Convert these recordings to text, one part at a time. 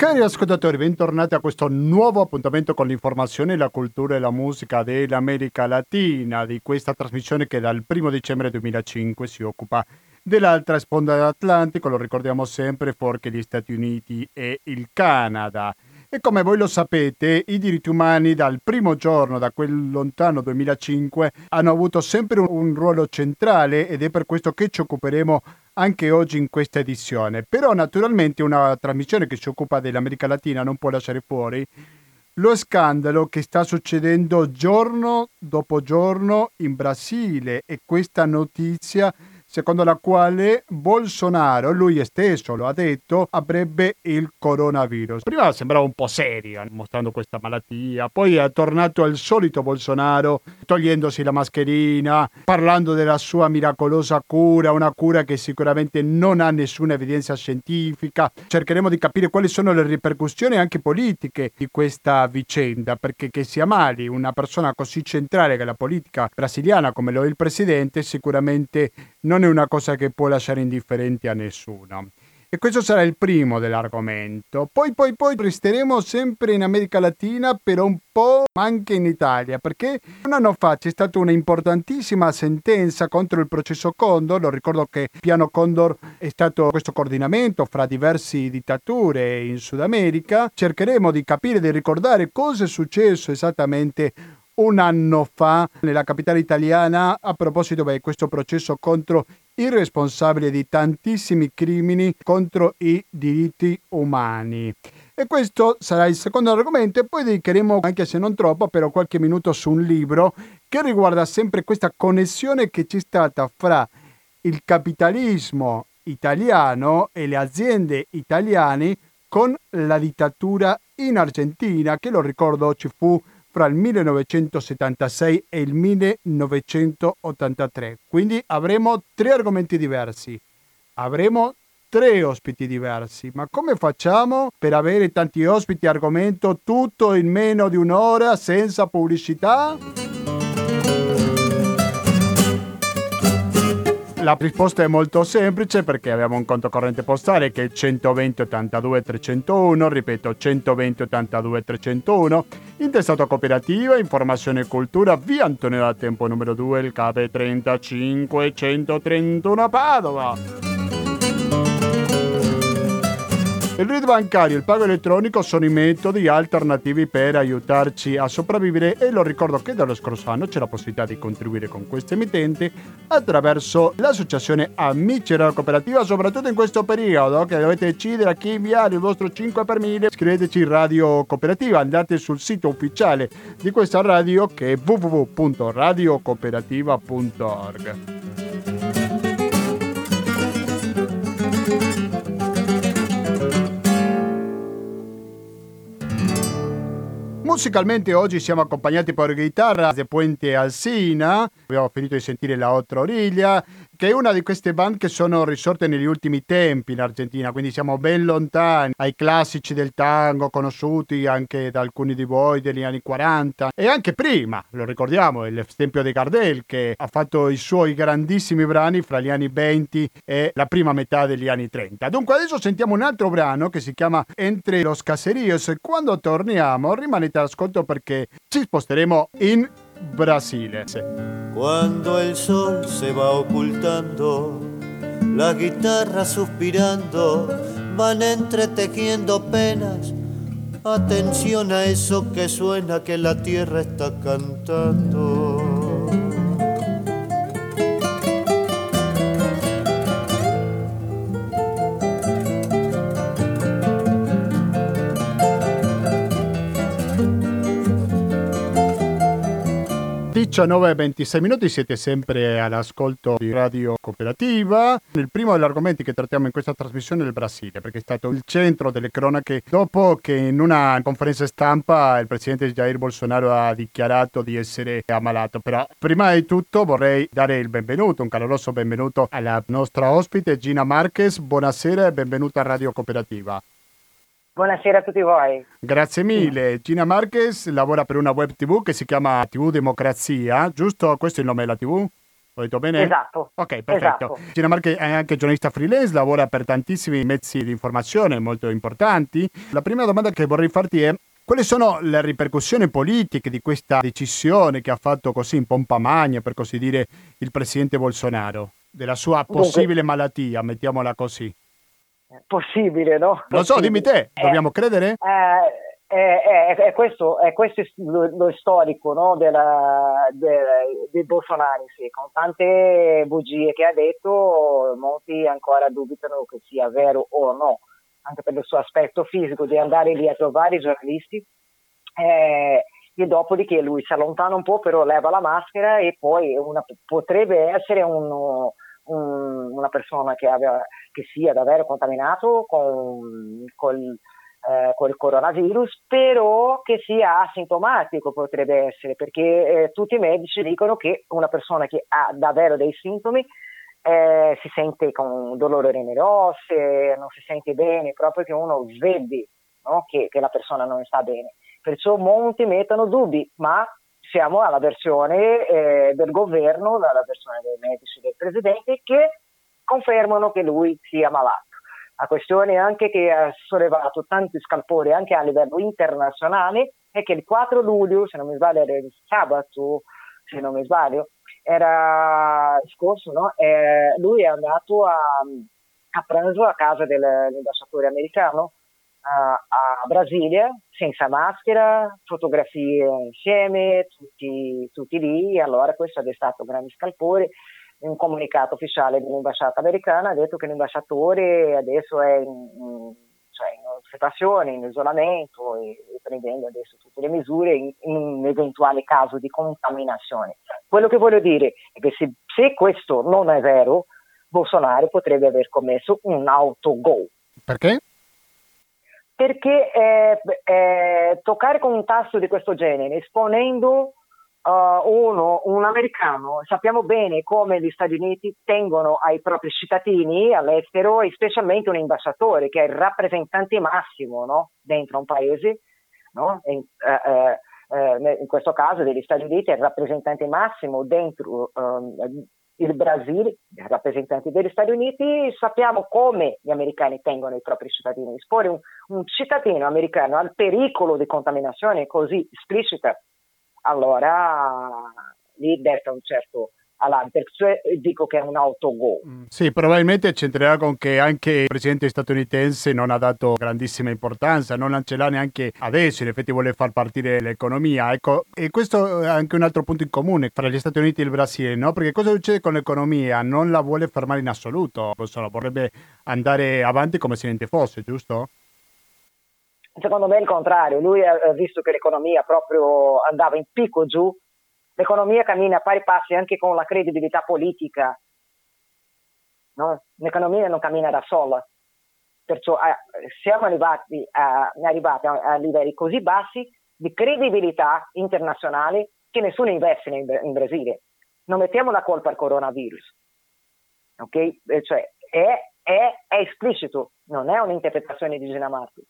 Cari ascoltatori, bentornati a questo nuovo appuntamento con l'informazione, la cultura e la musica dell'America Latina, di questa trasmissione che dal 1° dicembre 2005 si occupa dell'altra sponda dell'Atlantico, lo ricordiamo sempre, fuorché gli Stati Uniti e il Canada. E come voi lo sapete, i diritti umani dal primo giorno, da quel lontano 2005, hanno avuto sempre un ruolo centrale ed è per questo che ci occuperemo anche oggi in questa edizione. Però naturalmente una trasmissione che si occupa dell'America Latina non può lasciare fuori lo scandalo che sta succedendo giorno dopo giorno in Brasile e questa notizia secondo la quale Bolsonaro, lui stesso lo ha detto, avrebbe il coronavirus. Prima sembrava un po' serio mostrando questa malattia, poi è tornato al solito Bolsonaro togliendosi la mascherina, parlando della sua miracolosa cura, una cura che sicuramente non ha nessuna evidenza scientifica. Cercheremo di capire quali sono le ripercussioni anche politiche di questa vicenda, perché che sia male una persona così centrale che è la politica brasiliana come lo è il presidente, sicuramente non è una cosa che può lasciare indifferenti a nessuno. E questo sarà il primo dell'argomento. Poi resteremo sempre in America Latina, però un po' anche in Italia, perché un anno fa c'è stata una importantissima sentenza contro il processo Condor. Lo ricordo che il piano Condor è stato questo coordinamento fra diverse dittature in Sud America. Cercheremo di capire, di ricordare cosa è successo esattamente un anno fa nella capitale italiana a proposito di questo processo contro il responsabile di tantissimi crimini contro i diritti umani. E questo sarà il secondo argomento e poi dedicheremo, anche se non troppo, però qualche minuto su un libro che riguarda sempre questa connessione che c'è stata fra il capitalismo italiano e le aziende italiane con la dittatura in Argentina, che lo ricordo ci fu fra il 1976 e il 1983. Quindi avremo 3 argomenti diversi, avremo 3 ospiti diversi. Ma come facciamo per avere tanti ospiti e argomento tutto in meno di un'ora senza pubblicità? La risposta è molto semplice perché abbiamo un conto corrente postale che è 120 82 301, ripeto 120 82 301, intestato a Cooperativa, Informazione e Cultura, via Antonio da Tempo numero 2, il CAPE 35 131 Padova. Il RID bancario e il pago elettronico sono i metodi alternativi per aiutarci a sopravvivere e lo ricordo che dallo scorso anno c'è la possibilità di contribuire con questo emittente attraverso l'associazione Amici della Cooperativa, soprattutto in questo periodo che dovete decidere a chi inviare il vostro 5 per 1000. Scriveteci Radio Cooperativa, andate sul sito ufficiale di questa radio che è www.radiocooperativa.org. Musicalmente oggi siamo accompagnati per chitarra de Puente Alsina, abbiamo finito di sentire La Otra Origlia, che è una di queste band che sono risorte negli ultimi tempi in Argentina, quindi siamo ben lontani ai classici del tango conosciuti anche da alcuni di voi degli anni 40 e anche prima, lo ricordiamo, il Tempio de Gardel che ha fatto i suoi grandissimi brani fra gli anni 20 e la prima metà degli anni 30. Dunque adesso sentiamo un altro brano che si chiama Entre los Caseríos e quando torniamo rimanete all'ascolto perché ci sposteremo in Brasile. Cuando el sol se va ocultando, las guitarras suspirando van entretejiendo penas. Atención a eso que suena que la tierra está cantando. 19:26 minuti, siete sempre all'ascolto di Radio Cooperativa. Il primo degli argomenti che trattiamo in questa trasmissione è il Brasile, perché è stato il centro delle cronache dopo che in una conferenza stampa il presidente Jair Bolsonaro ha dichiarato di essere ammalato. Però prima di tutto vorrei dare il benvenuto, un caloroso benvenuto alla nostra ospite Gina Marquez. Buonasera e benvenuta a Radio Cooperativa. Buonasera a tutti voi. Grazie mille. Gina Marquez lavora per una web TV che si chiama TV Democrazia, giusto? Questo è il nome della TV? Ho detto bene? Esatto. Ok, perfetto. Esatto. Gina Marche è anche giornalista freelance, lavora per tantissimi mezzi di informazione molto importanti. La prima domanda che vorrei farti è: quali sono le ripercussioni politiche di questa decisione che ha fatto così in pompa magna, per così dire, il presidente Bolsonaro, della sua Dunque, possibile malattia, mettiamola così? possibile, no? Non so, dimmi Possibile. te, dobbiamo credere? È questo lo storico, no, di Bolsonaro, sì, con tante bugie che ha detto, molti ancora dubitano che sia vero o no, anche per il suo aspetto fisico di andare lì a trovare i giornalisti, e dopodiché lui si allontana un po', però leva la maschera e poi potrebbe essere una persona che sia davvero contaminato col coronavirus, però che sia asintomatico potrebbe essere, perché tutti i medici dicono che una persona che ha davvero dei sintomi si sente con dolore nelle ossa, non si sente bene, proprio che uno vede, no, che la persona non sta bene. Perciò molti mettono dubbi, ma siamo alla versione del governo, dalla versione dei medici del presidente, che confermano che lui sia malato. La questione anche che ha sollevato tanti scalpori anche a livello internazionale è che il 4 luglio, se non mi sbaglio era il sabato, se non mi sbaglio, era scorso, no? Lui è andato a pranzo a casa dell'ambasciatore americano a Brasilia, senza maschera, fotografie insieme, tutti lì. Allora questo ha destato grandi scalpori. Un comunicato ufficiale dell'ambasciata americana ha detto che l'ambasciatore adesso è in osservazione, in isolamento e prendendo adesso tutte le misure in un eventuale caso di contaminazione. Quello che voglio dire è che se questo non è vero, Bolsonaro potrebbe aver commesso un autogol. Perché? Perché toccare con un tasto di questo genere, esponendo un americano, sappiamo bene come gli Stati Uniti tengono ai propri cittadini all'estero, e specialmente un ambasciatore che è il rappresentante massimo, no, dentro un paese, no? In questo caso degli Stati Uniti è il rappresentante massimo dentro il Brasile, i rappresentanti degli Stati Uniti. Sappiamo come gli americani tengono i propri cittadini. Esporre un cittadino americano al pericolo di contaminazione così esplicita, allora lì desta un certo allarme, cioè dico che è un autogol. Sì, probabilmente c'entrerà con che anche il presidente statunitense non ha dato grandissima importanza, non ce l'ha neanche adesso, in effetti vuole far partire l'economia. Ecco, e questo è anche un altro punto in comune fra gli Stati Uniti e il Brasile, no? Perché cosa succede con l'economia? Non la vuole fermare in assoluto, vorrebbe andare avanti come se niente fosse, giusto? Secondo me è il contrario, lui ha visto che l'economia proprio andava in picco giù, l'economia cammina a pari passi anche con la credibilità politica, no? L'economia non cammina da sola, perciò siamo arrivati a livelli così bassi di credibilità internazionale che nessuno investe in Brasile. Non mettiamo la colpa al coronavirus, ok? Cioè è esplicito, non è un'interpretazione di Gina Marquez.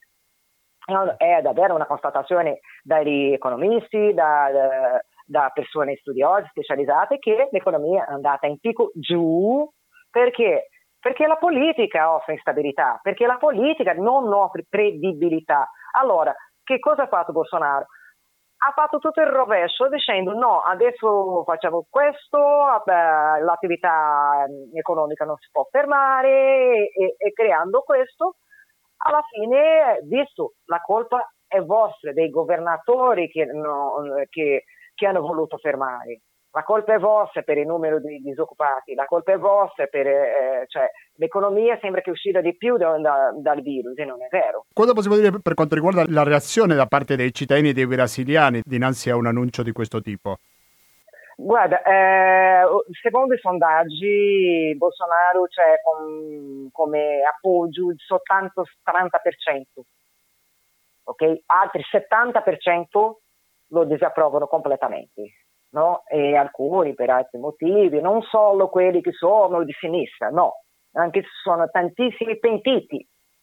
È davvero una constatazione dagli economisti, da persone studiose, specializzate, che l'economia è andata in picco giù perché la politica offre instabilità, perché la politica non offre credibilità. Allora, che cosa ha fatto Bolsonaro? Ha fatto tutto il rovescio dicendo no, adesso facciamo questo, l'attività economica non si può fermare, e creando questo, alla fine, visto la colpa è vostra, dei governatori che hanno voluto fermare, la colpa è vostra per il numero di disoccupati, la colpa è vostra cioè l'economia sembra che uscita di più dal virus, e non è vero. Cosa possiamo dire per quanto riguarda la reazione da parte dei cittadini e dei brasiliani dinanzi a un annuncio di questo tipo? Guarda, secondo i sondaggi Bolsonaro c'è come appoggio il soltanto 30%, ok? Altri 70% lo disapprovano completamente, no? E alcuni per altri motivi, non solo quelli che sono di sinistra, no, anche ci sono tantissimi pentiti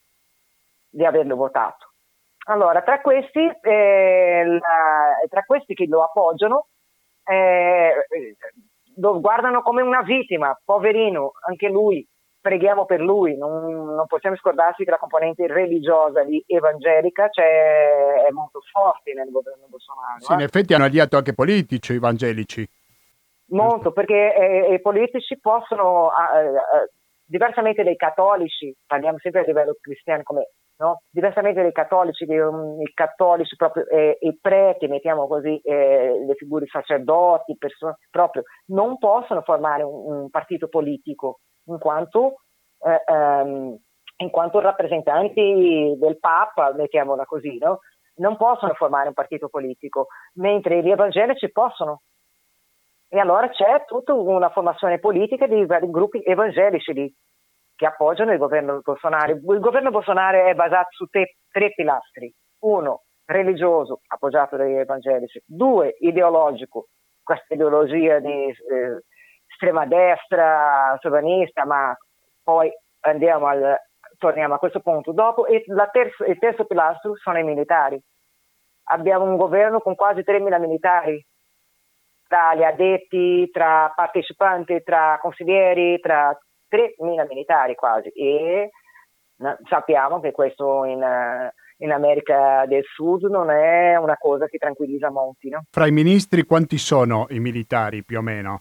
di averlo votato. Allora, tra questi che lo appoggiano, lo guardano come una vittima, poverino, anche lui, preghiamo per lui, non possiamo scordarsi che la componente religiosa lì evangelica è molto forte nel governo Bolsonaro. Sì, in effetti hanno aliato anche politici evangelici. Molto, perché i politici possono, diversamente dai cattolici, parliamo sempre a livello cristiano, come, no? Diversamente dai cattolici, i cattolici proprio, i preti, mettiamo così, le figure sacerdoti, proprio, non possono formare un partito politico in quanto rappresentanti del Papa, mettiamola così, no? Non possono formare un partito politico, mentre gli evangelici possono. E allora c'è tutta una formazione politica di vari gruppi evangelici lì che appoggiano il governo Bolsonaro. Il governo Bolsonaro è basato su tre pilastri. Uno, religioso, appoggiato dagli evangelici. Due, ideologico, questa ideologia di estrema destra, sovranista, ma poi torniamo a questo punto dopo. E il terzo pilastro sono i militari. Abbiamo un governo con quasi 3.000 militari, tra gli addetti, tra partecipanti, tra consiglieri, tra 3.000 militari quasi, e sappiamo che questo in America del Sud non è una cosa che tranquillizza molti, no? Fra i ministri quanti sono i militari più o meno?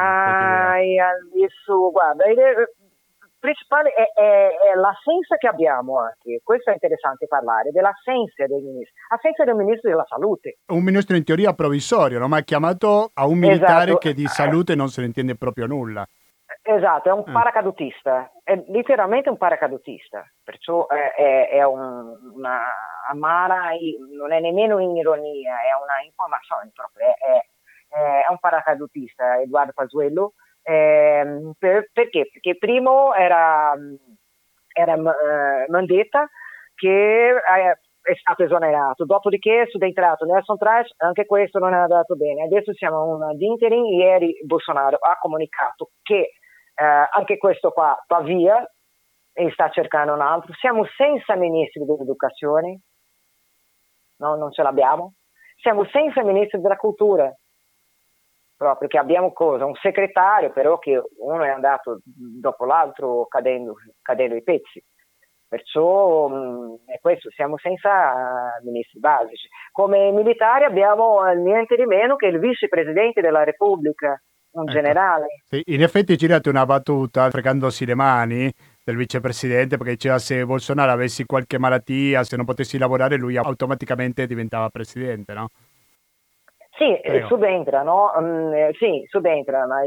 Adesso guarda, il principale è l'assenza che abbiamo anche, questo è interessante parlare, dell'assenza dei ministri, assenza del ministro della salute. Un ministro in teoria provvisorio, no? Ma è chiamato a un militare, esatto, che di salute non se ne intende proprio nulla. Esatto, è un paracadutista, è letteralmente un paracadutista, perciò è una amara, non è nemmeno in ironia, è una informazione proprio, è un paracadutista, Edoardo Pazuello. Perché? Perché primo era Mandetta, che è stato esonerato, dopodiché è subentrato Nelson Trash, anche questo non è andato bene, adesso siamo a un ad interim. Ieri Bolsonaro ha comunicato che anche questo qua va via e sta cercando un altro. Siamo senza ministri dell'educazione, no, non ce l'abbiamo, siamo senza ministri della cultura, proprio che abbiamo un segretario però che uno è andato dopo l'altro cadendo i pezzi, perciò è questo, siamo senza ministri basici. Come militari abbiamo niente di meno che il vicepresidente della Repubblica, un generale. Sì, in effetti girate una battuta fregandosi le mani del vicepresidente, perché diceva se Bolsonaro avessi qualche malattia, se non potessi lavorare, lui automaticamente diventava presidente, no? Sì, subentra, no? Sì, subentra, ma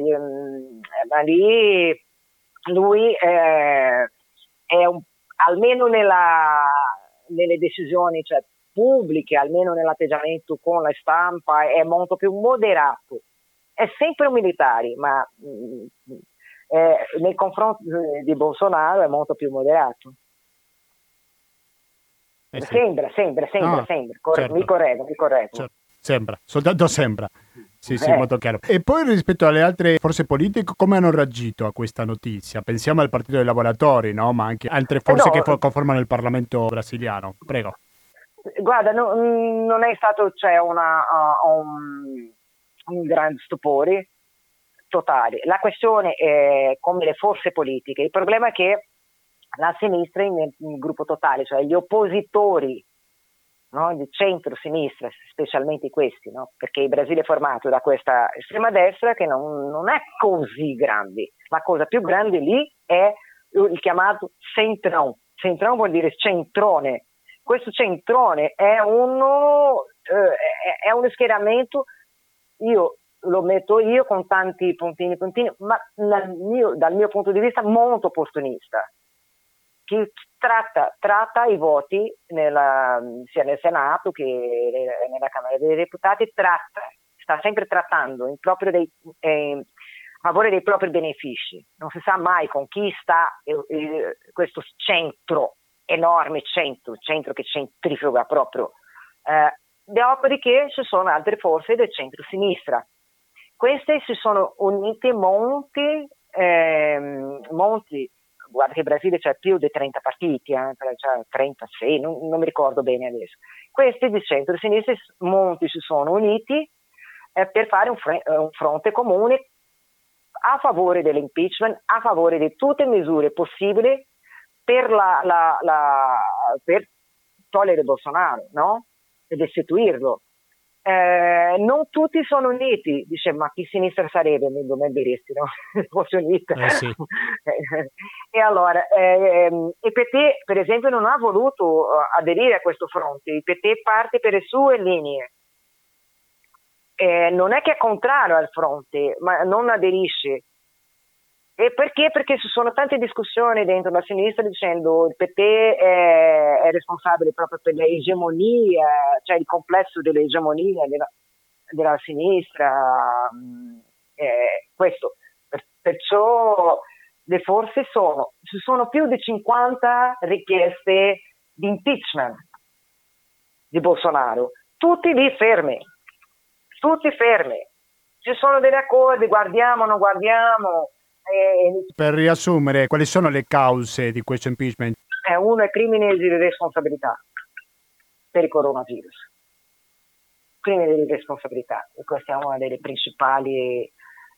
lì lui è almeno nelle decisioni, cioè, pubbliche, almeno nell'atteggiamento con la stampa, è molto più moderato. È sempre un militare, ma nei confronti di Bolsonaro è molto più moderato. Sì. Sembra. Certo. Mi correggo. Certo. Sembra, soltanto sembra. Sì, molto chiaro. E poi rispetto alle altre forze politiche, come hanno reagito a questa notizia? Pensiamo al Partito dei Lavoratori, no? Ma anche altre forze che conformano il Parlamento brasiliano. Prego. Guarda, non è stato un grande stupore totale. La questione è come le forze politiche. Il problema è che la sinistra in gruppo totale, cioè gli oppositori, no, di centro-sinistra, specialmente questi, no? Perché il Brasile è formato da questa estrema destra che non è così grande. La cosa più grande lì è il chiamato centrão. Centrão vuol dire centrone. Questo centrone è uno schieramento, io lo metto con tanti puntini, ma dal mio punto di vista molto opportunista, che tratta i voti sia nel Senato che nella Camera dei Deputati, sta sempre trattando a favore dei propri benefici. Non si sa mai con chi sta questo enorme centro che centrifuga proprio. Dopodiché ci sono altre forze del centro-sinistra. Queste si sono unite molti, guarda che in Brasile c'è più di 30 partiti, c'è 36, non mi ricordo bene adesso. Questi di centro-sinistra, molti si sono uniti per fare un fronte comune a favore dell'impeachment, a favore di tutte le misure possibili per, per togliere Bolsonaro, no? E destituirlo. Non tutti sono uniti, dice, ma chi sinistra sarebbe? Non diresti, no? Fosse unita. Sì. E allora, il PT per esempio non ha voluto aderire a questo fronte, il PT parte per le sue linee, non è che è contrario al fronte, ma non aderisce. E perché? Perché ci sono tante discussioni dentro la sinistra dicendo il PT è responsabile proprio per l'egemonia, cioè il complesso dell'egemonia della sinistra. Questo. Perciò le forze ci sono più di 50 richieste di impeachment di Bolsonaro, tutti lì fermi, tutti fermi. Ci sono degli accordi, guardiamo, non guardiamo. Per riassumere, quali sono le cause di questo impeachment? Uno è crimine di responsabilità per il coronavirus. Crimine di responsabilità, e questo è uno dei principali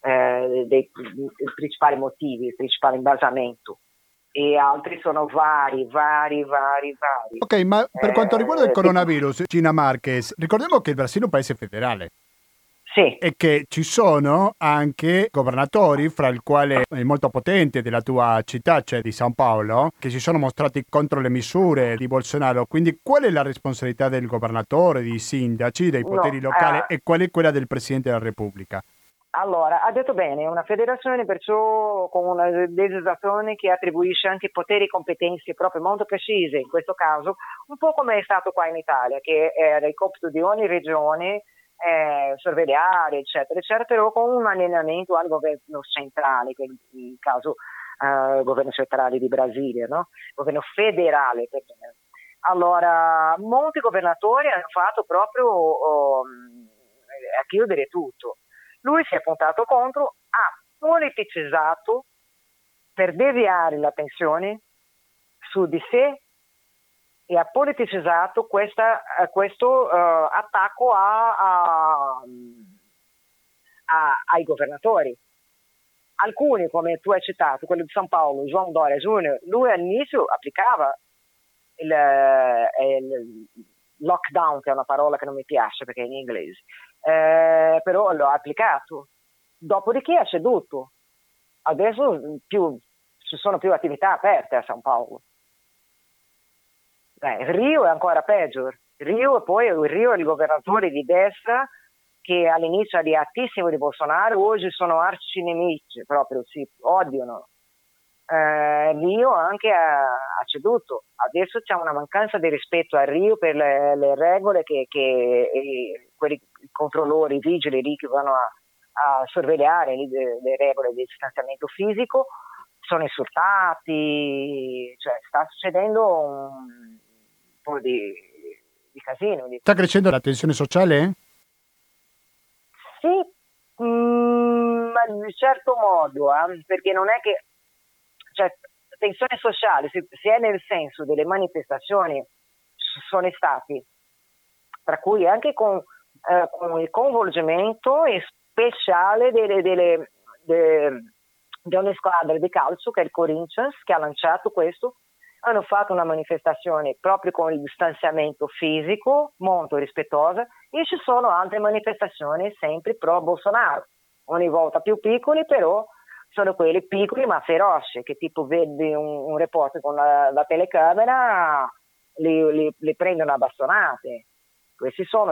motivi, il principale imbasamento. E altri sono vari. Ok, ma per quanto riguarda il coronavirus, Gina Marquez, ricordiamo che il Brasile è un paese federale. Sì. E che ci sono anche governatori, fra il quale il molto potente della tua città, cioè di San Paolo, che si sono mostrati contro le misure di Bolsonaro. Quindi qual è la responsabilità del governatore, dei sindaci, dei poteri locali e qual è quella del Presidente della Repubblica? Allora, ha detto bene, è una federazione perciò con una legislazione che attribuisce anche poteri e competenze proprio molto precise, in questo caso, un po' come è stato qua in Italia, che era il compito di ogni regione sorvegliare, eccetera, però con un allineamento al governo centrale, che è il caso governo centrale di Brasile, no? Governo federale. Allora, molti governatori hanno fatto proprio a chiudere tutto. Lui si è puntato contro, ha politicizzato per deviare l'attenzione su di sé e ha politicizzato questo attacco ai governatori. Alcuni, come tu hai citato, quello di San Paolo, João Dória Jr., lui all'inizio applicava il lockdown, che è una parola che non mi piace perché è in inglese, però lo ha applicato. Dopodiché ha ceduto. Adesso ci sono più attività aperte a San Paolo. Rio è ancora peggio. Rio è il governatore di destra che all'inizio era altissimo di Bolsonaro, oggi sono arcinemici, proprio si odiano. Rio anche ha ceduto. Adesso c'è una mancanza di rispetto a Rio per le regole che quelli controllori, i vigili lì che vanno a sorvegliare le regole di distanziamento fisico sono insultati, cioè sta succedendo un po' di casino. Sta crescendo la tensione sociale? Sì, ma in certo modo, perché non è che, cioè, tensione sociale, se è nel senso delle manifestazioni, sono stati, tra cui anche con il coinvolgimento speciale di una squadra di calcio che è il Corinthians, che ha lanciato questo. Hanno fatto una manifestazione proprio con il distanziamento fisico molto rispettosa, e ci sono altre manifestazioni sempre pro Bolsonaro, ogni volta più piccoli, però sono quelli piccoli ma feroci, che tipo vedi un reporter con la telecamera, li prendono a bastonate. Questi sono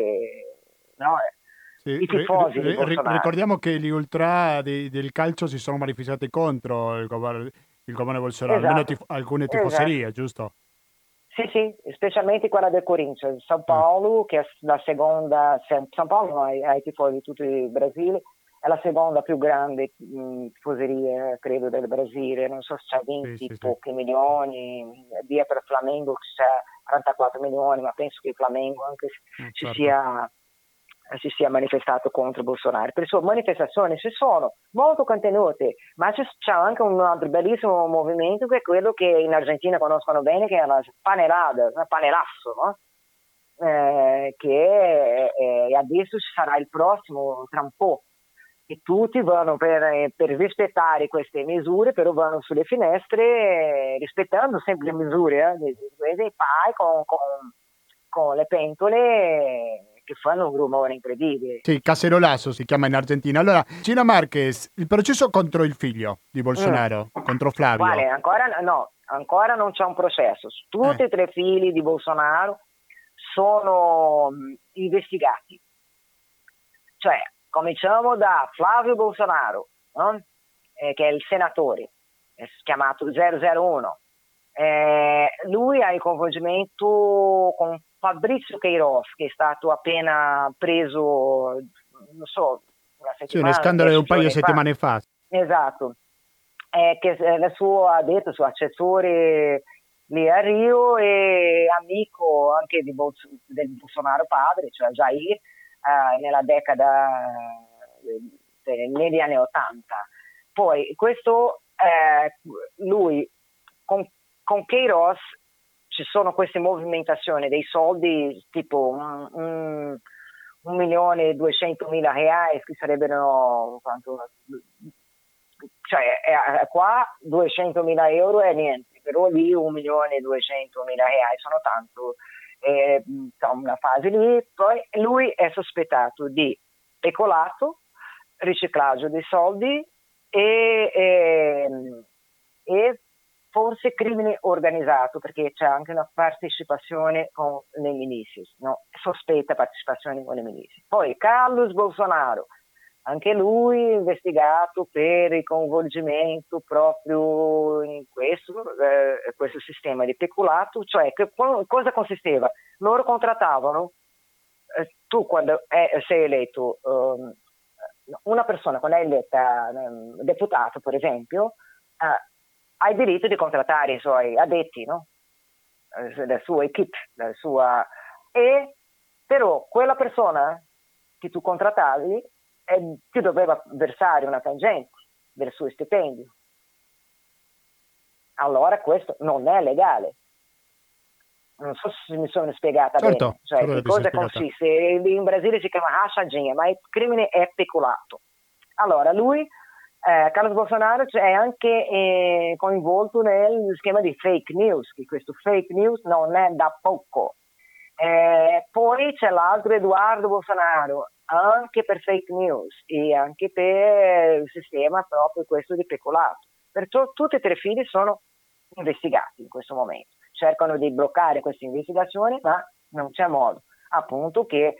i tifosi di Bolsonaro. Ricordiamo che gli ultra del calcio si sono manifestati contro il governo Bolsonaro, esatto. almeno alcune tifoserie, giusto? Sì, specialmente quella del Corinthians, San Paolo, che è la seconda, San Paolo ai tifosi di tutto il Brasile, è la seconda più grande tifoseria, credo, del Brasile, non so se c'è 20 pochi milioni, dietro il Flamengo c'è 44 milioni, ma penso che il Flamengo anche si sia manifestato contro Bolsonaro. Perciò manifestazioni ci sono, molto contenute, ma c'è anche un altro bellissimo movimento che è quello che in Argentina conoscono bene, che è la panelada, il panelasso, no? Che adesso ci sarà il prossimo tra un po'. e tutti vanno per rispettare queste misure, però vanno sulle finestre rispettando sempre le misure e poi con le pentole che fanno un rumore incredibile. Sì, cacerolazo si chiama in Argentina. Allora, Gina Marquez, il processo contro il figlio di Bolsonaro, contro Flavio. Quale? Ancora non c'è un processo. Tutti e tre figli di Bolsonaro sono investigati. Cioè, cominciamo da Flavio Bolsonaro, no? Che è il senatore, è chiamato 001. Lui ha il coinvolgimento con Fabrizio Queiroz, che è stato appena preso, non so, una settimana. Sì, uno scandalo di un paio di settimane fa. Esatto. Che ha detto, il suo assessore lì a Rio e amico anche del Bolsonaro padre, cioè Jair, nella decada negli anni 80. Poi questo, lui con Queiroz ci sono queste movimentazioni dei soldi tipo 1.200.000 reais, che sarebbero quanto, cioè qua 200.000 euro è niente, però lì 1.200.000 reais sono tanto, una fase lì. Poi lui è sospettato di peculato, riciclaggio dei soldi e forse crimine organizzato, perché c'è anche una partecipazione con le milizie, no? Sospetta partecipazione con le milizie. Poi Carlos Bolsonaro, anche lui investigato per il coinvolgimento proprio in questo sistema di peculato. Cioè, cosa consisteva? Loro contrattavano, tu quando sei eletto, una persona quando è eletta deputato, per esempio, ha il diritto di contrattare i suoi addetti, no? La sua equipe, e però quella persona che tu contrattavi ti doveva versare una tangente del suo stipendio. Allora questo non è legale. Non so se mi sono spiegata bene. Cioè, che cosa consiste? In Brasile si chiama rachadinha, ma il crimine è peculato. Allora, lui, Carlos Bolsonaro, è anche coinvolto nel schema di fake news, che questo fake news non è da poco. Poi c'è l'altro Eduardo Bolsonaro, anche per fake news e anche per il sistema proprio questo di peculato. Perciò tutti e tre figli sono investigati in questo momento. Cercano di bloccare questa investigazione, ma non c'è modo. Appunto che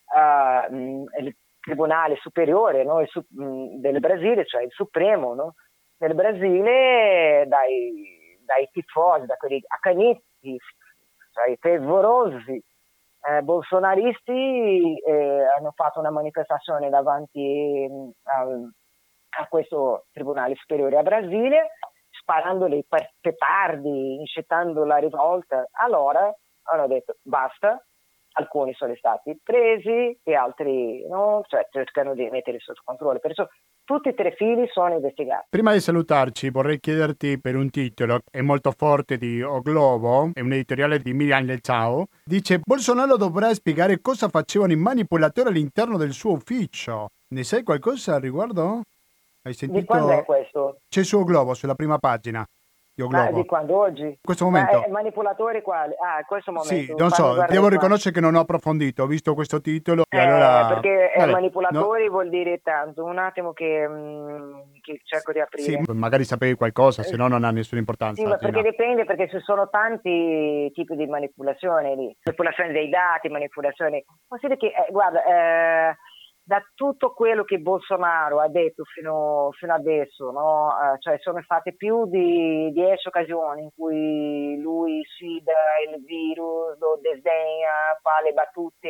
il Tribunale Superiore, no, del Brasile, cioè il Supremo, no, del Brasile, dai tifosi, da quelli accaniti, cioè i fervorosi bolsonaristi, hanno fatto una manifestazione davanti a questo Tribunale Superiore a Brasile, sparando dei petardi, incitando la rivolta. Allora hanno detto basta, alcuni sono stati presi e altri no, cioè cercano di mettere sotto controllo. Perciò tutti e tre figli sono investigati. Prima di salutarci vorrei chiederti per un titolo, è molto forte, di O Globo, è un editoriale di Miriam Lezzao, dice: Bolsonaro dovrà spiegare cosa facevano i manipolatori all'interno del suo ufficio. Ne sai qualcosa al riguardo? Hai sentito? Di quando è questo? C'è su O Globo, sulla prima pagina. Ma di quando? Oggi? In questo momento. Manipolatori quali? In questo momento. Sì, non so, devo riconoscere che non ho approfondito, ho visto questo titolo e allora... Perché manipolatori vuol dire tanto. Un attimo che cerco di aprire. Sì, magari sapevi qualcosa, se no non ha nessuna importanza. Sì, ma perché dipende, perché ci sono tanti tipi di manipolazione lì. Manipolazione dei dati, manipolazione... Considera che, guarda... da tutto quello che Bolsonaro ha detto fino adesso, no? Cioè sono state più di 10 occasioni in cui lui sfida il virus, lo disdegna, fa le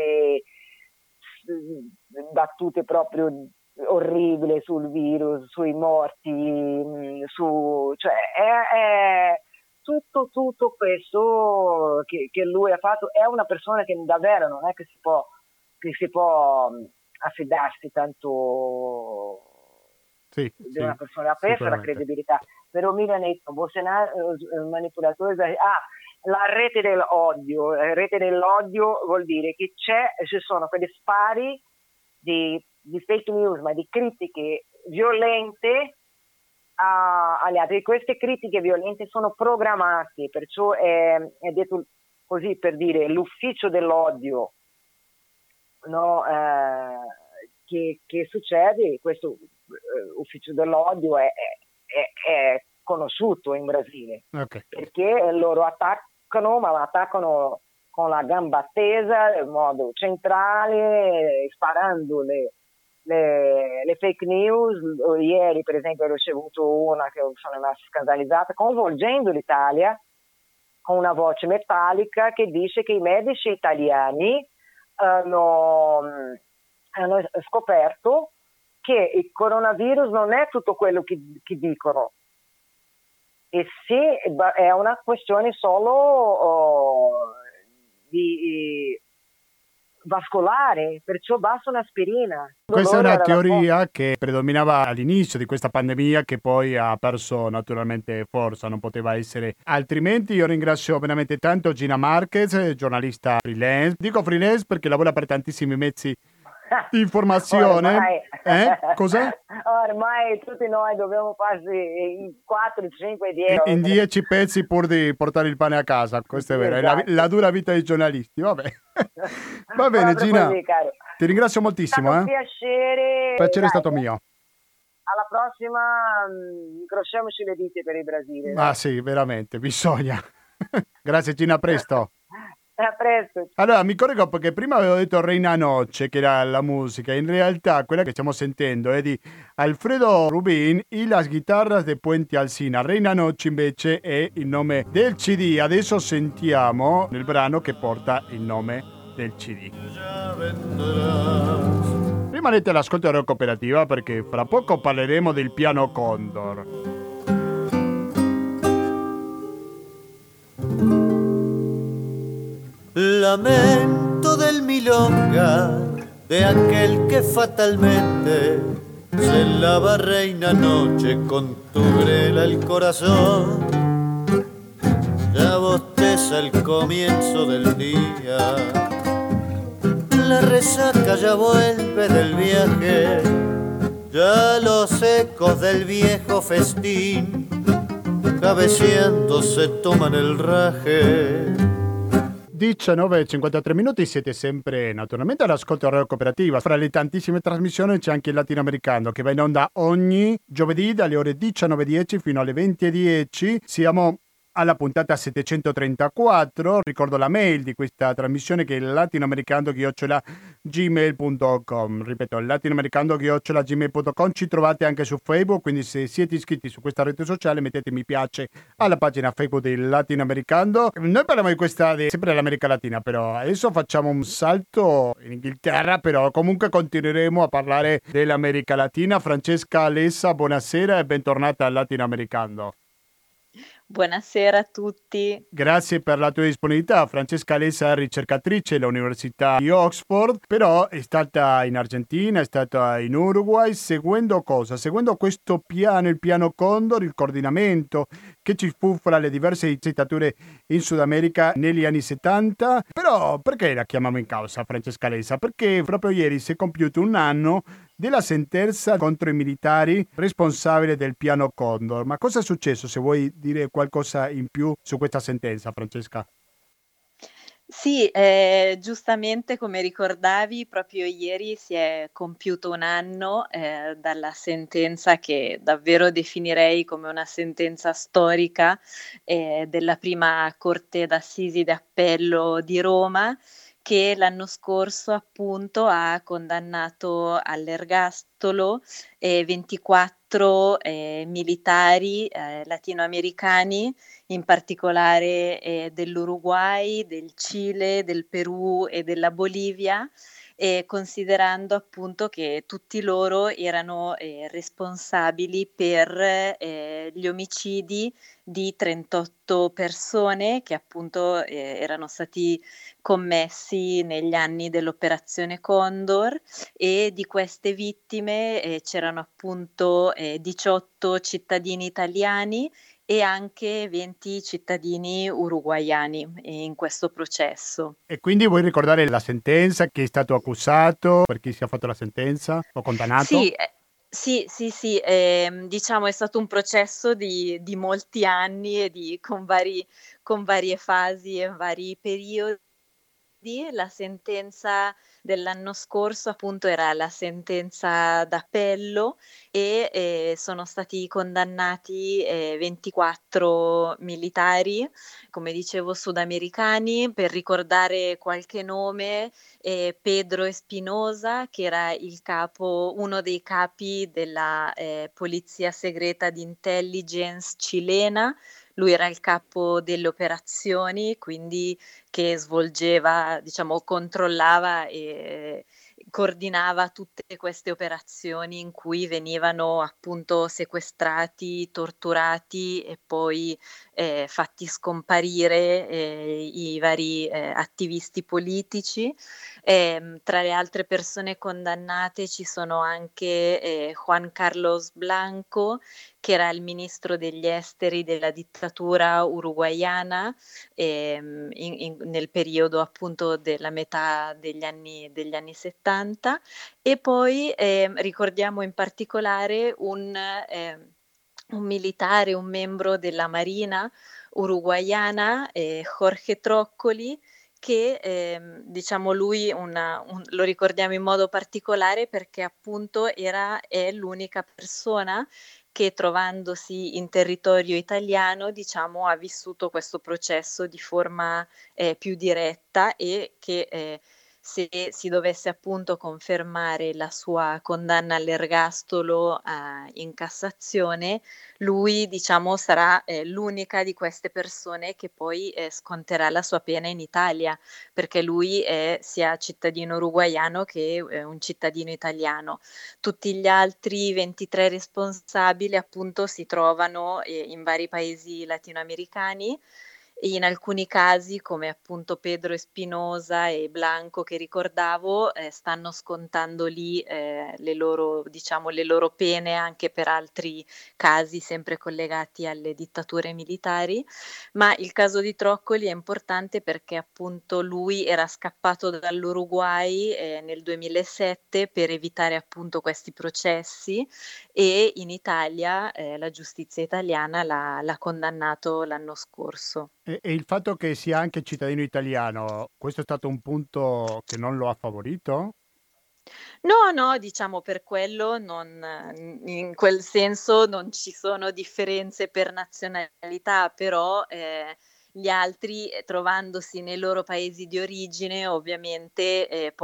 battute proprio orribili sul virus, sui morti, cioè è tutto questo che lui ha fatto. È una persona che davvero non è che si può affidarsi tanto di una persona, ha perso la credibilità. Però Miriam Bolsonaro, manipolatore, la rete dell'odio. La rete dell'odio vuol dire che ci sono quegli spari di di fake news, ma di critiche violente agli altri. Queste critiche violente sono programmate, perciò è detto così per dire l'ufficio dell'odio, no? Che succede, questo ufficio dell'odio è conosciuto in Brasile, Ok. perché loro attaccano, ma attaccano con la gamba tesa in modo centrale, sparando le fake news. Ieri per esempio ho ricevuto una che sono rimasta scandalizzata, coinvolgendo l'Italia, con una voce metallica che dice che i medici italiani hanno scoperto che il coronavirus non è tutto quello che dicono, e se è una questione solo di vascolare, perciò basta un'aspirina. Questa è Dolore una alla teoria che predominava all'inizio di questa pandemia, che poi ha perso naturalmente forza, non poteva essere altrimenti. Io ringrazio veramente tanto Gina Marquez, giornalista freelance. Dico freelance perché lavora per tantissimi mezzi di informazione. Cosa? Ormai tutti noi dobbiamo farsi 4, 5, 10. In 10 pezzi pur di portare il pane a casa, questo è vero, è Esatto. la dura vita dei giornalisti, vabbè. Va bene Proprio Gina, così, caro. ti ringrazio È moltissimo. stato un piacere. Il piacere è Dai, stato mio. alla prossima, incrociamoci le dita per il Brasile. Ah Dai. sì, veramente, bisogna. Grazie Gina, a presto. A presto. Allora, mi correggo perché prima avevo detto Reina Noce, che era la musica. In realtà quella che stiamo sentendo è di Alfredo Rubin e las guitarras de Puente Alsina. Reina Noce invece è il nome del CD. Adesso sentiamo il brano che porta il nome del CD. Rimanete all'ascolto della cooperativa perché fra poco parleremo del piano Condor. Lamento del milonga, de aquel que fatalmente se lava reina noche con tu grela el corazón. Ya bosteza el comienzo del día, la resaca ya vuelve del viaje, ya los ecos del viejo festín cabeceando se toman el raje. 19:53 minuti, siete sempre naturalmente all'ascolto della Radio Cooperativa. Fra le tantissime trasmissioni c'è anche il latinoamericano che va in onda ogni giovedì dalle ore 19:10 fino alle 20:10. Siamo alla puntata 734. Ricordo la mail di questa trasmissione che è latinoamericando@gmail.com. Ripeto, latinoamericando@gmail.com. Ci trovate anche su Facebook, quindi se siete iscritti su questa rete sociale mettete mi piace alla pagina Facebook del Latinoamericando. Noi parliamo di questa sempre dell'America Latina, però adesso facciamo un salto in Inghilterra, però comunque continueremo a parlare dell'America Latina. Francesca Alessa, buonasera e bentornata al Latinoamericando. Buonasera a tutti. Grazie per la tua disponibilità. Francesca Alessa è ricercatrice all'Università di Oxford, però è stata in Argentina, è stata in Uruguay, seguendo cosa? Seguendo questo piano, il piano Condor, il coordinamento che ci fu fra le diverse dittature in Sud America negli anni 70. Però perché la chiamiamo in causa, Francesca Alessa? Perché proprio ieri si è compiuto un anno della sentenza contro i militari responsabili del piano Condor. Ma cosa è successo? Se vuoi dire qualcosa in più su questa sentenza, Francesca. Sì, giustamente come ricordavi, proprio ieri si è compiuto un anno dalla sentenza che davvero definirei come una sentenza storica della prima Corte d'Assisi d'Appello di Roma, che l'anno scorso appunto ha condannato all'ergastolo 24 militari latinoamericani, in particolare dell'Uruguay, del Cile, del Perù e della Bolivia, considerando appunto che tutti loro erano responsabili per gli omicidi di 38 persone che appunto erano stati commessi negli anni dell'operazione Condor, e di queste vittime c'erano appunto 18 cittadini italiani e anche 20 cittadini uruguaiani in questo processo. E quindi vuoi ricordare la sentenza, chi è stato accusato, per chi si è fatto la sentenza o condannato? Sì, sì, diciamo è stato un processo di molti anni e con varie fasi e vari periodi. La sentenza dell'anno scorso appunto era la sentenza d'appello e, sono stati condannati, 24 militari, come dicevo sudamericani. Per ricordare qualche nome, Pedro Espinosa, che era uno dei capi della, polizia segreta di intelligence cilena. Lui era il capo delle operazioni, quindi che svolgeva, diciamo, controllava e coordinava tutte queste operazioni in cui venivano appunto sequestrati, torturati e poi fatti scomparire i vari attivisti politici. Tra le altre persone condannate ci sono anche Juan Carlos Blanco, che era il ministro degli esteri della dittatura uruguaiana, nel periodo appunto della metà degli anni 70. E poi ricordiamo in particolare un militare, un membro della Marina uruguaiana, Jorge Troccoli, che diciamo lui lo ricordiamo in modo particolare perché appunto è l'unica persona che trovandosi in territorio italiano, diciamo, ha vissuto questo processo di forma più diretta e che se si dovesse appunto confermare la sua condanna all'ergastolo in Cassazione, lui diciamo sarà l'unica di queste persone che poi sconterà la sua pena in Italia, perché lui è sia cittadino uruguaiano che un cittadino italiano. Tutti gli altri 23 responsabili appunto si trovano in vari paesi latinoamericani. In alcuni casi, come appunto Pedro Espinosa e Blanco che ricordavo, stanno scontando lì le loro pene anche per altri casi sempre collegati alle dittature militari. Ma il caso di Troccoli è importante perché appunto lui era scappato dall'Uruguay nel 2007 per evitare appunto questi processi e in Italia la giustizia italiana l'ha condannato l'anno scorso. E il fatto che sia anche cittadino italiano, questo è stato un punto che non lo ha favorito? No, no, diciamo per quello in quel senso non ci sono differenze per nazionalità, però, gli altri, trovandosi nei loro paesi di origine ovviamente,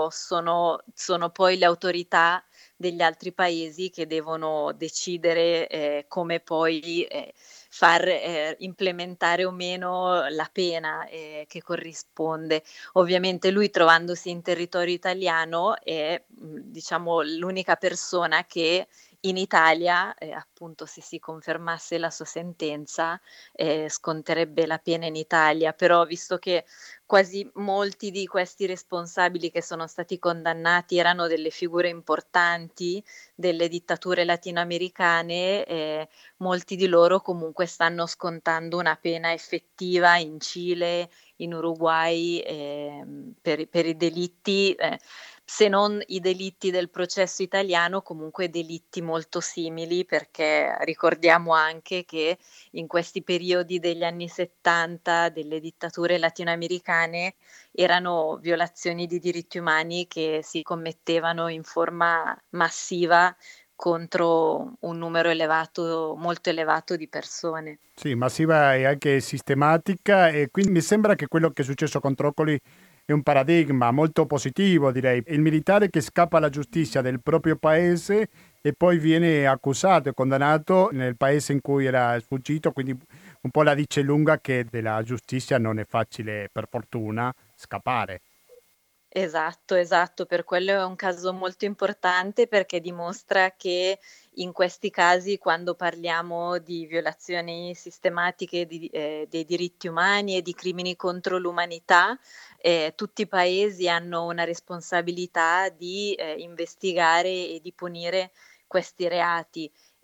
sono poi le autorità degli altri paesi che devono decidere, come poi, far, implementare o meno la pena, che corrisponde. Ovviamente lui trovandosi in territorio italiano è, diciamo l'unica persona che in Italia, appunto se si confermasse la sua sentenza, sconterebbe la pena in Italia. Però visto che quasi molti di questi responsabili che sono stati condannati erano delle figure importanti delle dittature latinoamericane, molti di loro comunque stanno scontando una pena effettiva in Cile, in Uruguay, per i delitti, se non i delitti del processo italiano, comunque delitti molto simili, perché ricordiamo anche che in questi periodi degli anni 70 delle dittature latinoamericane erano violazioni di diritti umani che si commettevano in forma massiva contro un numero elevato, molto elevato di persone. Sì, massiva e anche sistematica, e quindi mi sembra che quello che è successo con Troccoli è un paradigma molto positivo, direi. Il militare che scappa alla giustizia del proprio paese e poi viene accusato e condannato nel paese in cui era sfuggito, quindi un po' la dice lunga che della giustizia non è facile, per fortuna, scappare. Esatto, esatto, per quello è un caso molto importante perché dimostra che in questi casi, quando parliamo di violazioni sistematiche dei diritti umani e di crimini contro l'umanità, tutti i paesi hanno una responsabilità di investigare e di punire questi reati.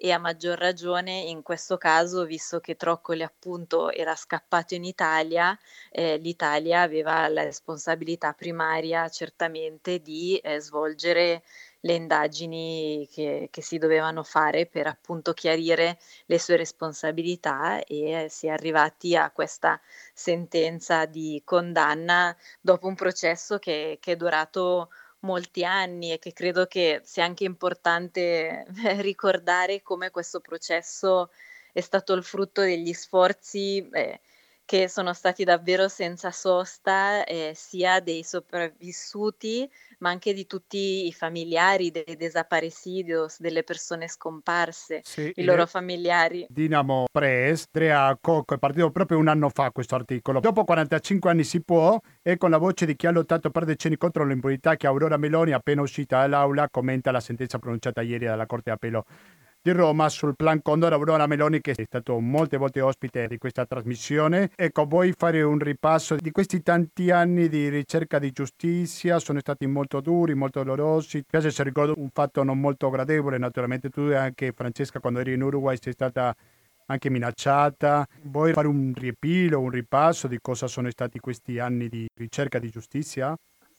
e a maggior ragione in questo caso, visto che Troccoli appunto era scappato in Italia, l'Italia aveva la responsabilità primaria certamente di, svolgere le indagini che si dovevano fare per appunto chiarire le sue responsabilità e si è arrivati a questa sentenza di condanna dopo un processo che è durato molti anni e che credo che sia anche importante ricordare come questo processo è stato il frutto degli sforzi, che sono stati davvero senza sosta, sia dei sopravvissuti, ma anche di tutti i familiari dei desaparecidos, delle persone scomparse, Sì, i loro familiari. Dinamo Press, Andrea Cocco, è partito proprio un anno fa questo articolo. Dopo 45 anni si può, e con la voce di chi ha lottato per decenni contro l'impunità, che Aurora Meloni, appena uscita dall'aula, commenta la sentenza pronunciata ieri dalla Corte d'Appello di Roma sul Plan Condor. Aurora Meloni, che è stato molte volte ospite di questa trasmissione. Ecco, vuoi fare un ripasso di questi tanti anni di ricerca di giustizia? Sono stati molto duri, molto dolorosi. Mi piace se ricordo un fatto non molto gradevole, naturalmente tu e anche Francesca, quando eri in Uruguay, sei stata anche minacciata. Vuoi fare un riepilogo, un ripasso di cosa sono stati questi anni di ricerca di giustizia?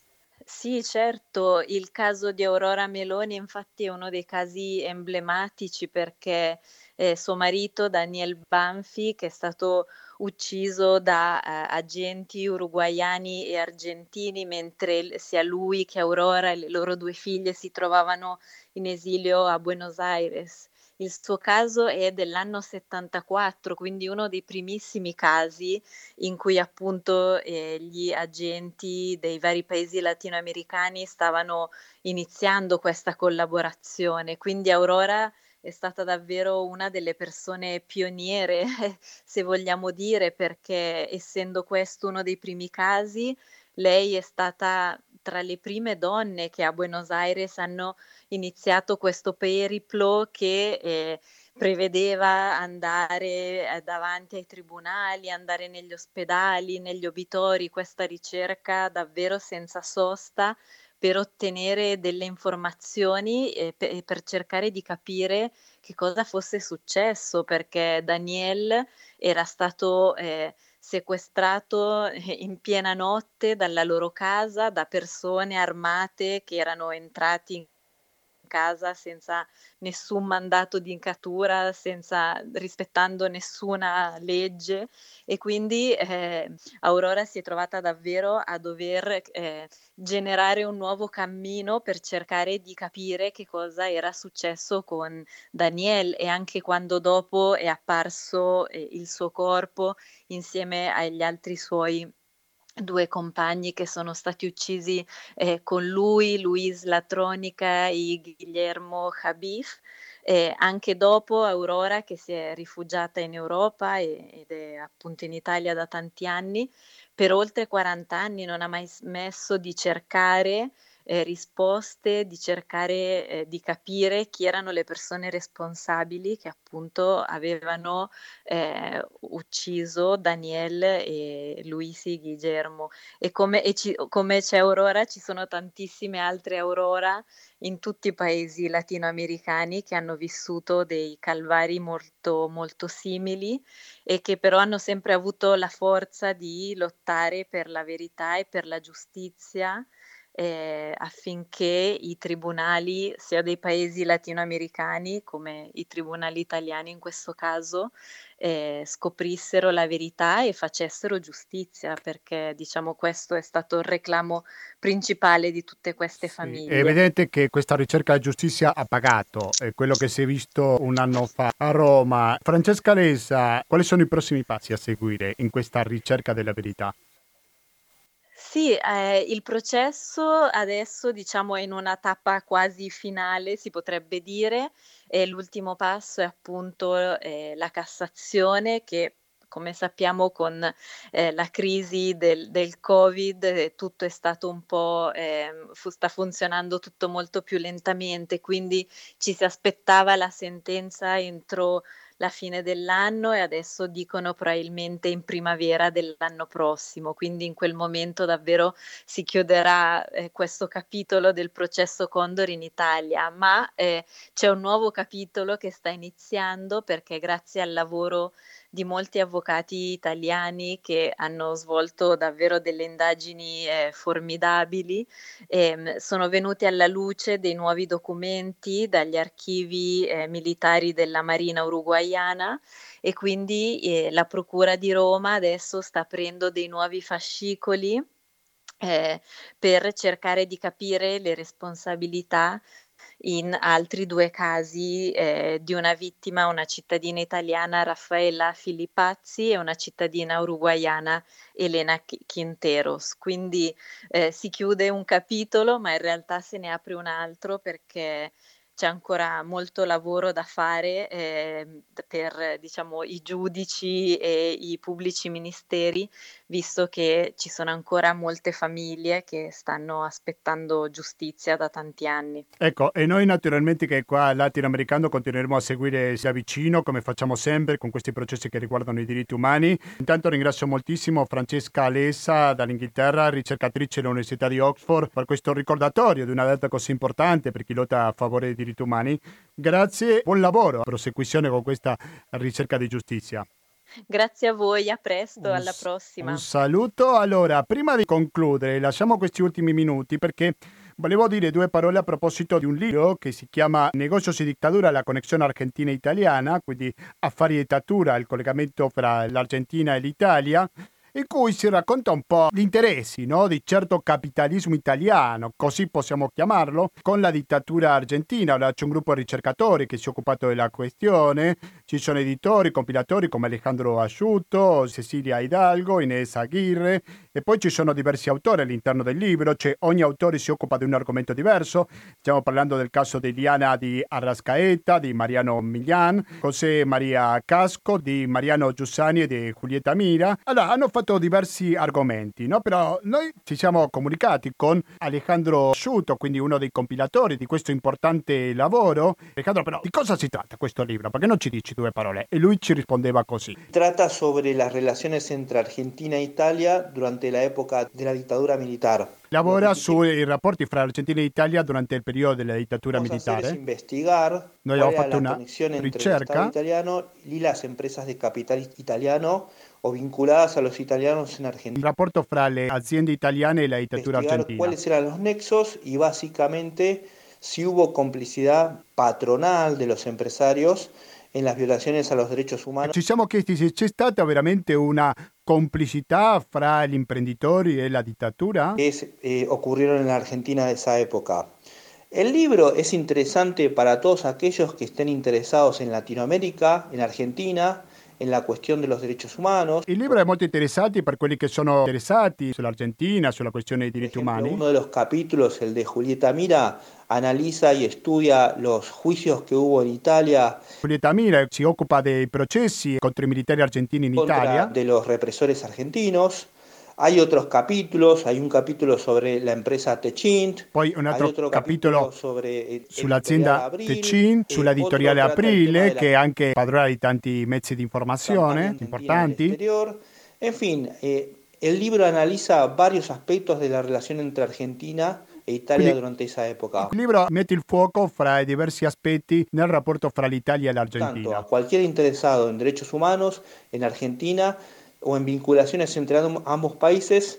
Sì, certo, il caso di Aurora Meloni infatti è uno dei casi emblematici perché, suo marito Daniel Banfi, che è stato ucciso da, agenti uruguaiani e argentini mentre sia lui che Aurora e le loro 2 figlie si trovavano in esilio a Buenos Aires. Il suo caso è dell'anno '74, quindi uno dei primissimi casi in cui appunto, gli agenti dei vari paesi latinoamericani stavano iniziando questa collaborazione. Quindi Aurora è stata davvero una delle persone pioniere, se vogliamo dire, perché essendo questo uno dei primi casi, lei è stata tra le prime donne che a Buenos Aires hanno iniziato questo periplo che, prevedeva andare, davanti ai tribunali, andare negli ospedali, negli obitori, questa ricerca davvero senza sosta per ottenere delle informazioni e per cercare di capire che cosa fosse successo, perché Daniel era stato, sequestrato, in piena notte dalla loro casa da persone armate che erano entrati in casa senza nessun mandato di cattura, senza rispettando nessuna legge e quindi, Aurora si è trovata davvero a dover, generare un nuovo cammino per cercare di capire che cosa era successo con Daniel e anche quando dopo è apparso, il suo corpo insieme agli altri suoi 2 compagni che sono stati uccisi, con lui, Luis Latronica e Guillermo Habib. Anche dopo Aurora che si è rifugiata in Europa ed è appunto in Italia da tanti anni, per oltre 40 anni non ha mai smesso di cercare, risposte, di cercare, di capire chi erano le persone responsabili che appunto avevano, ucciso Daniel e Luis y Guillermo. Come c'è Aurora, ci sono tantissime altre Aurora in tutti i paesi latinoamericani che hanno vissuto dei calvari molto, molto simili e che però hanno sempre avuto la forza di lottare per la verità e per la giustizia, affinché i tribunali, sia dei paesi latinoamericani, come i tribunali italiani in questo caso, scoprissero la verità e facessero giustizia, perché diciamo questo è stato il reclamo principale di tutte queste Sì, è famiglie. evidente che questa ricerca di giustizia ha pagato, è quello che si è visto un anno fa a Roma. Francesca Lesa, quali sono i prossimi passi a seguire in questa ricerca della verità? Sì, il processo adesso diciamo è in una tappa quasi finale, si potrebbe dire, e l'ultimo passo è appunto, la Cassazione che come sappiamo con la crisi del Covid, tutto è stato un po', sta funzionando tutto molto più lentamente, quindi ci si aspettava la sentenza entro la fine dell'anno e adesso dicono probabilmente in primavera dell'anno prossimo, quindi in quel momento davvero si chiuderà questo capitolo del processo Condor in Italia, ma c'è un nuovo capitolo che sta iniziando perché grazie al lavoro di molti avvocati italiani che hanno svolto davvero delle indagini formidabili, sono venuti alla luce dei nuovi documenti dagli archivi militari della Marina uruguaiana e quindi la Procura di Roma adesso sta aprendo dei nuovi fascicoli per cercare di capire le responsabilità in altri 2 casi, di una vittima, una cittadina italiana Raffaella Filippazzi e una cittadina uruguaiana Elena Quinteros. Quindi, si chiude un capitolo, ma in realtà se ne apre un altro perché c'è ancora molto lavoro da fare, per diciamo i giudici e i pubblici ministeri, visto che ci sono ancora molte famiglie che stanno aspettando giustizia da tanti anni. Ecco, e noi naturalmente che qua latinoamericano continueremo a seguire da vicino, come facciamo sempre, con questi processi che riguardano i diritti umani. Intanto ringrazio moltissimo Francesca Alessa dall'Inghilterra, ricercatrice all'Università di Oxford, per questo ricordatorio di una data così importante per chi lotta a favore dei diritti umani. Grazie, buon lavoro, prosecuzione con questa ricerca di giustizia. Grazie a voi, a presto, alla prossima. Un saluto. Allora, prima di concludere, lasciamo questi ultimi minuti perché volevo dire 2 parole a proposito di un libro che si chiama Negocios y Dictadura, la connessione argentina-italiana, quindi affari e dittatura, il collegamento fra l'Argentina e l'Italia, in cui si racconta un po' gli interessi, no, di certo capitalismo italiano, così possiamo chiamarlo, con la dittatura argentina. Ora c'è un gruppo di ricercatori che si è occupato della questione, ci sono editori, compilatori come Alejandro Asciutto, Cecilia Hidalgo, Inés Aguirre, e poi ci sono diversi autori all'interno del libro, cioè ogni autore si occupa di un argomento diverso. Stiamo parlando del caso di Liana di Arrascaeta, di Mariano Millán, José María Casco, di Mariano Giussani e di Giulietta Mira. Allora, hanno fatto diversi argomenti, no? Però noi ci siamo comunicati con Alejandro Asciutto, quindi uno dei compilatori di questo importante lavoro. Alejandro, però, di cosa si tratta questo libro? Perché non ci dici 2 parole? E lui ci rispondeva così. Trata sobre las relaciones entre Argentina e Italia durante la época de la dictadura militar. Lavora sui rapporti fra Argentina e Italia durante il periodo della dittatura militare. Investigar Noi abbiamo fatto una ricerca italiano y las empresas de capital italiano o vinculadas a los italianos en Argentina. il rapporto fra le aziende italiane e la dittatura argentina. Cuáles eran los nexos y básicamente si hubo complicidad patronal de los empresarios en las violaciones a los derechos humanos. Ci siamo chiesti se c'è stata veramente una complicità fra gli imprenditori e la dittatura Que ocurrieron en la Argentina de esa época. El libro es interesante para todos aquellos que estén interesados en Latinoamérica, en Argentina, en la cuestión de los derechos humanos. Il libro è molto interessante per quelli che sono interessati sull'Argentina, sulla questione dei diritti umani. Uno de los capítulos, el de Giulietta Mira, analiza y estudia los juicios que hubo en Italia. Giulietta Mira si occupa dei processi contro i militari argentini in Italia. De los represores argentinos. Hay otros capítulos, hay un capítulo sobre la empresa Techint, poi un altro capitolo sobre sull'azienda Techint, sull'editoriale Aprile, che è anche padrona di tanti mezzi di informazione importanti. En fin, el libro analiza varios aspectos de la relación entre Argentina e Italia durante esa época. Il libro mette il fuoco fra i diversi aspetti nel rapporto fra l'Italia e l'Argentina. Tanto a cualquier interesado en derechos humanos en Argentina o en vinculaciones entre ambos países,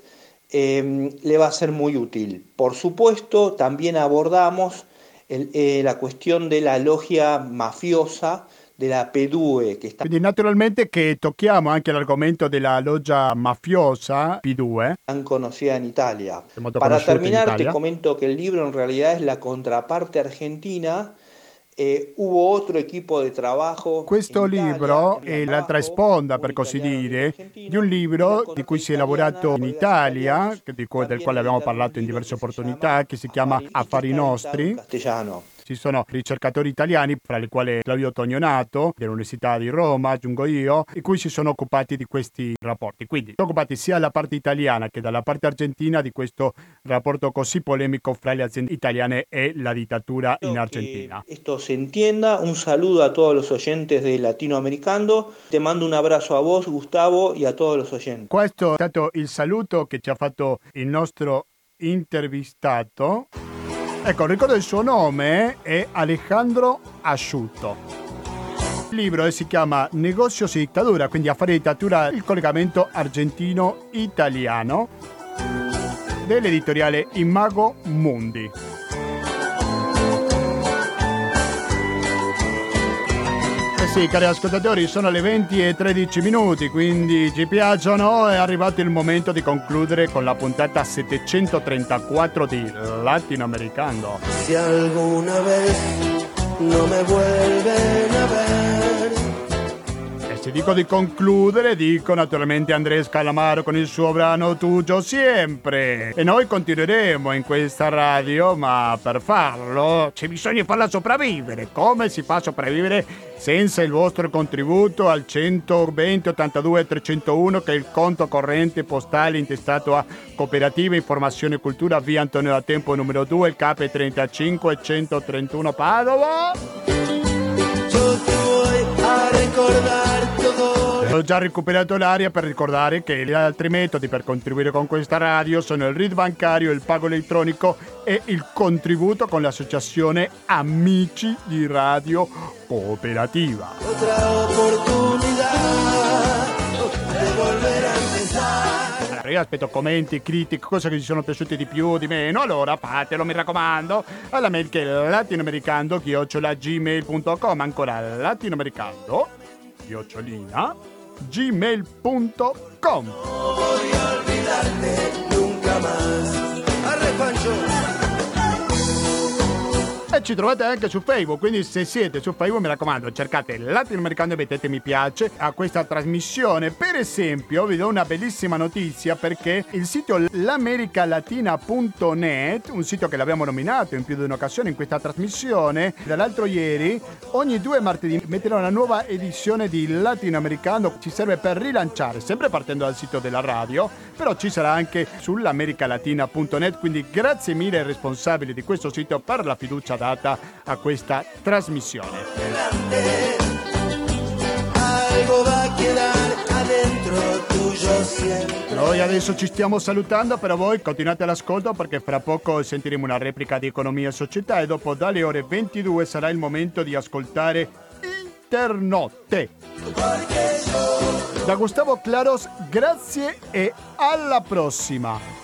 le va a ser muy útil. Por supuesto, también abordamos la cuestión de la logia mafiosa della P2 che sta... Quindi naturalmente che tocchiamo anche l'argomento della loggia mafiosa P2 tan conocida en Italia. Para terminar te comento que el libro en realidad es la contraparte argentina. Hubo otro equipo di trabajo. Questo libro è l'altra sponda, per così dire, di un libro di cui si è lavorato in Italia, del quale abbiamo parlato in diverse opportunità, che si chiama Affari Nostri. ci sono ricercatori italiani, fra i quali Claudio Tognonato, dell'Università di Roma, aggiungo io, i cui si sono occupati di questi rapporti. Quindi si sono occupati sia dalla parte italiana che dalla parte argentina di questo rapporto così polemico fra le aziende italiane e la dittatura in Argentina. Esto se entienda. Un saludo a todos los oyentes de Latinoamericano. Te mando un abrazo a vos, Gustavo, y a todos los oyentes. Questo è stato il saluto che ci ha fatto il nostro intervistato. Ecco, ricordo il suo nome, è Alejandro Asciutto. Il libro si chiama Negocios y Dictadura, quindi affari di dittatura, il collegamento argentino-italiano, dell'editoriale Imago Mundi. Sì, cari ascoltatori, sono le 20:13, quindi ci piacciono. È arrivato il momento di concludere con la puntata 734 di Latinoamericano. Si alguna vez no me vuelven a ver. E se dico di concludere, dico naturalmente Andrés Calamaro con il suo brano Tuyo Siempre. E noi continueremo in questa radio, ma per farlo c'è bisogno di farla sopravvivere. Come si fa a sopravvivere senza il vostro contributo al 120 82 301, che è il conto corrente postale intestato a Cooperativa Informazione e Cultura, via Antonio da Tempo numero 2, il CAP 35 131 Padova. Yo te voy a recordar todo. Ho già recuperato l'aria per ricordare che gli altri metodi per contribuire con questa radio sono il RID bancario, il pago elettronico e il contributo con l'associazione Amici di Radio Cooperativa. Otra oportunidad de volver a empezar. Allora, io aspetto commenti, critiche, cose che ci sono piaciute di più o di meno, allora fatelo, mi raccomando, alla mail che è latinoamericando@gmail.com, ancora latinoamericando@gmail.com. No voy a olvidarte nunca más. Arre Pancho. E ci trovate anche su Facebook, quindi se siete su Facebook mi raccomando cercate Latinoamericano e mettete mi piace a questa trasmissione. Per esempio vi do una bellissima notizia, perché il sito l'americalatina.net, un sito che l'abbiamo nominato in più di un'occasione in questa trasmissione, dall'altro ieri, ogni 2 martedì metterà una nuova edizione di Latinoamericano. Ci serve per rilanciare, sempre partendo dal sito della radio, però ci sarà anche sull'americalatina.net, quindi grazie mille ai responsabili di questo sito per la fiducia data a questa trasmissione. Algo va a quedar adentro tuyo siempre. Noi adesso ci stiamo salutando, però voi continuate l'ascolto perché fra poco sentiremo una replica di Economia e Società e dopo dalle ore 22 sarà il momento di ascoltare Internotte. Da Gustavo Claros, grazie e alla prossima!